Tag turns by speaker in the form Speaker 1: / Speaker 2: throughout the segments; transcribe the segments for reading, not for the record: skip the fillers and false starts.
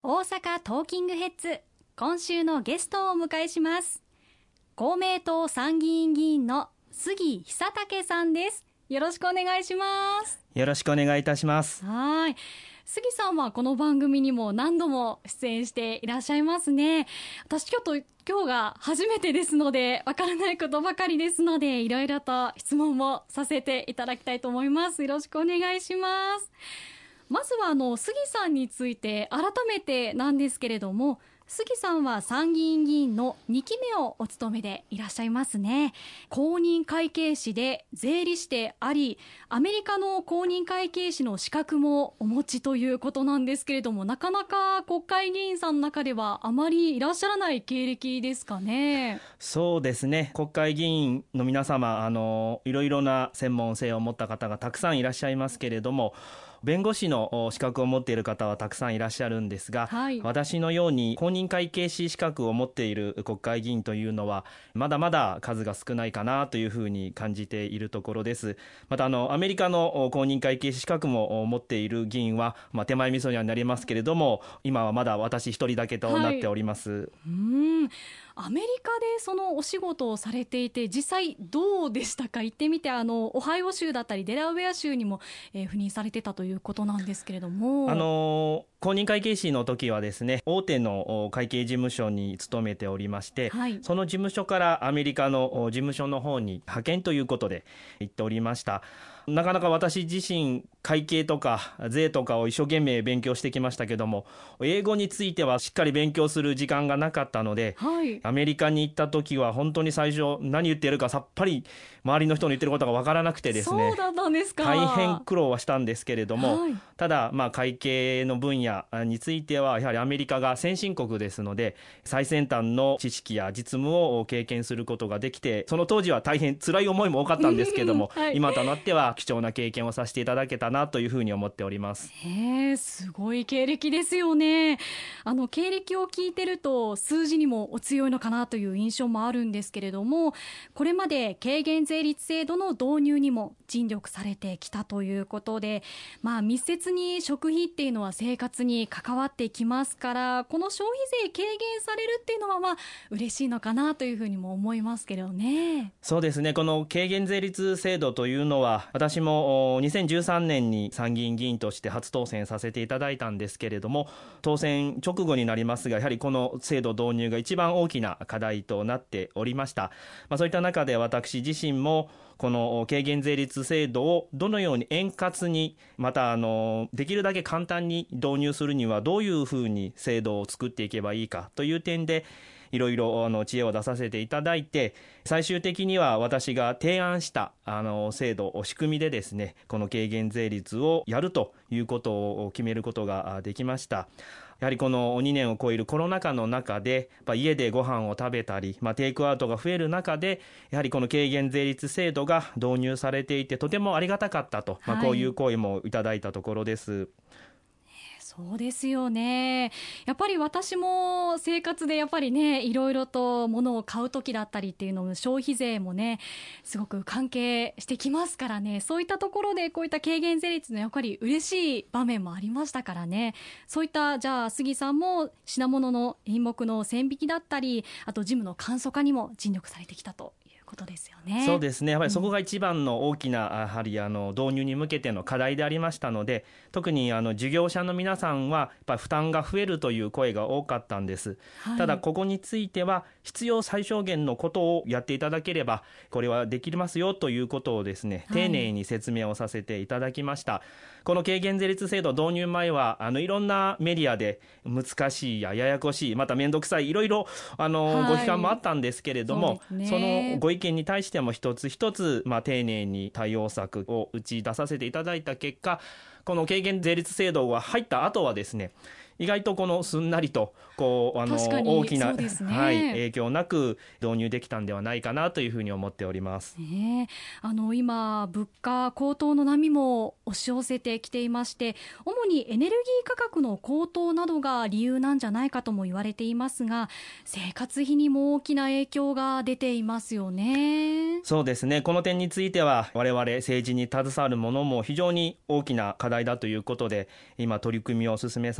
Speaker 1: 大阪トーキングヘッズ、今週のゲストをお迎えします。公明党参議院議員の杉久武さんです。よろしくお願いします。
Speaker 2: よろしくお願いいたします。
Speaker 1: はい、杉さんはこの番組にも何度も出演していらっしゃいますね。私今日が初めてですので、わからないことばかりですので、いろいろと質問もさせていただきたいと思います。よろしくお願いします。まずは杉さんについて改めてなんですけれども、杉さんは参議院議員の2期目をお務めでいらっしゃいますね。公認会計士で税理士であり、アメリカの公認会計士の資格もお持ちということなんですけれども、なかなか国会議員さんの中ではあまりいらっしゃらない経歴ですかね。
Speaker 2: そうですね、国会議員の皆様、いろいろな専門性を持った方がたくさんいらっしゃいますけれども、弁護士の資格を持っている方はたくさんいらっしゃるんですが、はい、私のように公認会計士資格を持っている国会議員というのはまだまだ数が少ないかなというふうに感じているところです。またアメリカの公認会計士資格も持っている議員は、手前味噌にはなりますけれども、今はまだ私一人だけとなっております。はい、
Speaker 1: アメリカでそのお仕事をされていて、実際どうでしたか？行ってみて、オハイオ州だったりデラウェア州にも、赴任されてたということなんですけれども、
Speaker 2: 公認会計士の時はですね、大手の会計事務所に勤めておりまして、はい、その事務所からアメリカの事務所の方に派遣ということで行っておりました。なかなか私自身会計とか税とかを一生懸命勉強してきましたけども、英語についてはしっかり勉強する時間がなかったので、はい、アメリカに行った時は本当に最初何言ってるかさっぱり周りの人の言ってることがわからなくてですね、
Speaker 1: そうだったんですか。
Speaker 2: 大変苦労はしたんですけれども、
Speaker 1: はい、
Speaker 2: ただ会計の分野についてはやはりアメリカが先進国ですので、最先端の知識や実務を経験することができて、その当時は大変辛い思いも多かったんですけども、はい、今となっては貴重な経験をさせていただけたなというふうに思っております。
Speaker 1: すごい経歴ですよね。経歴を聞いてると数字にもお強いのかなという印象もあるんですけれども、これまで軽減税率制度の導入にも尽力されてきたということで、密接に食費っていうのは生活に関わってきますから、この消費税軽減されるっていうのは嬉しいのかなというふうにも思いますけどね。
Speaker 2: そうですね、この軽減税率制度というのは私も2013年に参議院議員として初当選させていただいたんですけれども、当選直後になりますが、やはりこの制度導入が一番大きな課題となっておりました。そういった中で私自身もこの軽減税率制度をどのように円滑に、またできるだけ簡単に導入するにはどういうふうに制度を作っていけばいいかという点でいろいろ知恵を出させていただいて、最終的には私が提案した制度仕組みでですね、この軽減税率をやるということを決めることができました。やはりこの2年を超えるコロナ禍の中で家でご飯を食べたり、テイクアウトが増える中で、やはりこの軽減税率制度が導入されていてとてもありがたかったと、こういう声もいただいたところです。
Speaker 1: そうですよね。やっぱり私も生活でいろいろと物を買う時だったりっていうのも消費税もねすごく関係してきますからね。そういったところでこういった軽減税率のやっぱり嬉しい場面もありましたからね。そういったじゃあ杉さんも品物の品目の線引きだったり、あと事務の簡素化にも尽力されてきたということですよね。
Speaker 2: そうですね、やはりそこが一番の大きなやはり導入に向けての課題でありましたので、特に事業者の皆さんはやっぱり負担が増えるという声が多かったんです。はい、ただここについては必要最小限のことをやっていただければこれはできますよということをですね、丁寧に説明をさせていただきました。はい、この軽減税率制度導入前はいろんなメディアで難しいややこしい、また面倒くさい、いろいろご批判もあったんですけれども、そのご意見に対しても一つ一つ丁寧に対応策を打ち出させていただいた結果、この軽減税率制度が入った後はですね、意外とこのすんなりと大きな、影響なく導入できたんではないかなというふうに思っております。
Speaker 1: 今物価高騰の波も押し寄せてきていまして、主にエネルギー価格の高騰などが理由なんじゃないかとも言われていますが、生活費にも大きな影響が出ていますよね。
Speaker 2: そうですね、この点については我々政治に携わる者も非常に大きな課題だということで今取り組みを進めさせていた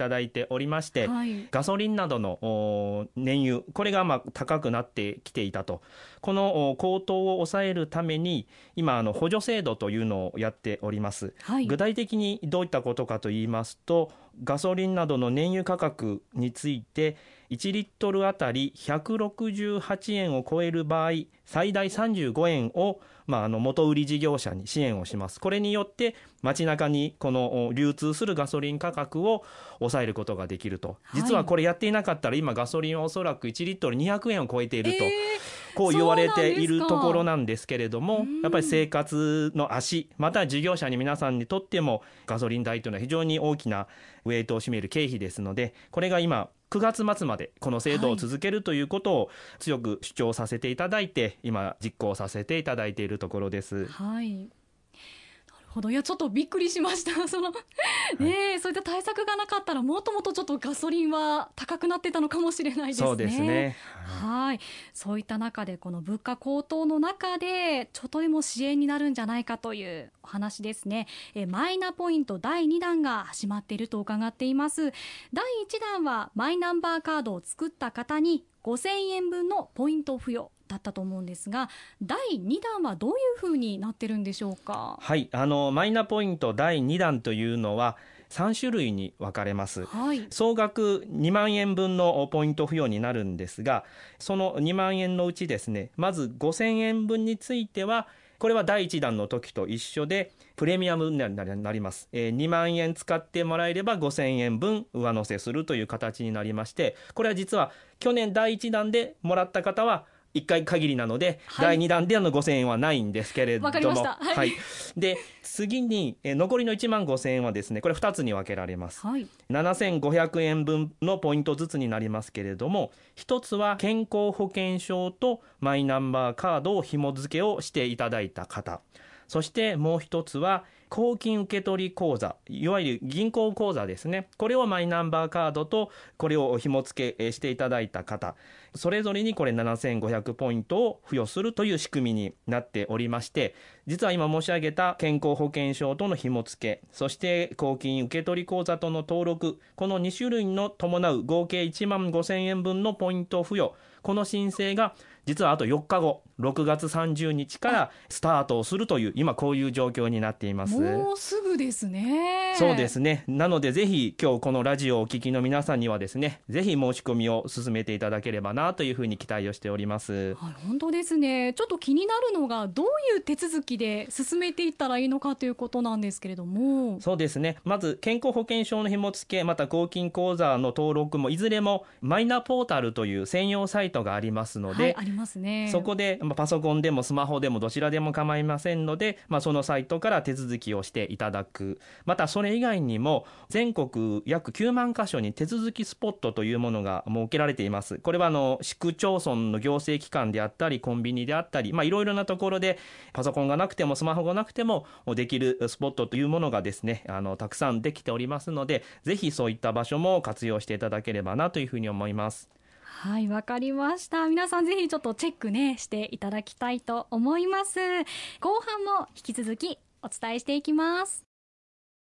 Speaker 2: ただいておりまして、
Speaker 1: はい、
Speaker 2: ガソリンなどの燃油、これが高くなってきていたと。この高騰を抑えるために今補助制度というのをやっております、
Speaker 1: はい、
Speaker 2: 具体的にどういったことかと言いますと、ガソリンなどの燃油価格について1リットルあたり168円を超える場合、最大35円を元売り事業者に支援をします。これによって街中にこの流通するガソリン価格を抑えることができると。実はこれやっていなかったら今ガソリンはおそらく1リットル200円を超えていると、こう言われているところなんですけれども、やっぱり生活の足、また事業者に皆さんにとってもガソリン代というのは非常に大きなウェイトを占める経費ですので、これが今9月末までこの制度を続けるということを強く主張させていただいて、今実行させていただいているところです。
Speaker 1: はい、なるほど。いや、ちょっとびっくりしましたそういった対策がなかったらもっともっとちょっとガソリンは高くなってたのかもしれないですね。
Speaker 2: そうですね。
Speaker 1: はい、そういった中でこの物価高騰の中でちょっとでも支援になるんじゃないかというお話ですね。マイナポイント第2弾が始まっていると伺っています。第1弾はマイナンバーカードを作った方に5000円分のポイント付与だったと思うんですが、第2弾はどういうふうになってるんでしょうか。
Speaker 2: はい、マイナポイント第2弾というのは3種類に分かれます、
Speaker 1: はい、
Speaker 2: 総額2万円分のポイント付与になるんですが、その2万円のうちですね、まず5000円分についてはこれは第1弾の時と一緒でプレミアムになります。2万円使ってもらえれば5000円分上乗せするという形になりまして、これは実は去年第1弾でもらった方は1回限りなので、はい、第2弾での5000円はないんですけれども、
Speaker 1: わかりました、
Speaker 2: はい、で次に残りの1万5000円はですね、これ2つに分けられます、はい、7500円分のポイントずつになりますけれども、1つは健康保険証とマイナンバーカードを紐付けをしていただいた方、そしてもう1つは公金受取口座、いわゆる銀行口座ですね、これをマイナンバーカードとこれを紐付けしていただいた方、それぞれにこれ7500ポイントを付与するという仕組みになっておりまして、実は今申し上げた健康保険証との紐付け、そして公金受取口座との登録、この2種類の伴う合計1万5000円分のポイント付与、この申請が実はあと4日後6月30日からスタートをするという、今こういう状況になっています。
Speaker 1: もうすぐですね。
Speaker 2: そうですね。なのでぜひ今日このラジオをお聞きの皆さんにはですね、ぜひ申し込みを進めていただければなというふうに期待をしております。
Speaker 1: はい、本当ですね。ちょっと気になるのがどういう手続きで進めていったらいいのかということなんですけれども。
Speaker 2: そうですね。まず健康保険証の紐付け、また公金口座の登録もいずれもマイナポータルという専用サイトがありますので、
Speaker 1: はい、ありますね。
Speaker 2: そこでパソコンでもスマホでもどちらでも構いませんので、そのサイトから手続きをしていただく。またそれ以外にも全国約9万箇所に手続きスポットというものが設けられています。これは市区町村の行政機関であったりコンビニであったり、いろいろなところでパソコンがなくてもスマホがなくてもできるスポットというものがですね、たくさんできておりますので、ぜひそういった場所も活用していただければなというふうに思います。
Speaker 1: はい、わかりました。皆さんぜひちょっとチェックねしていただきたいと思います。後半も引き続きお伝えしていきます。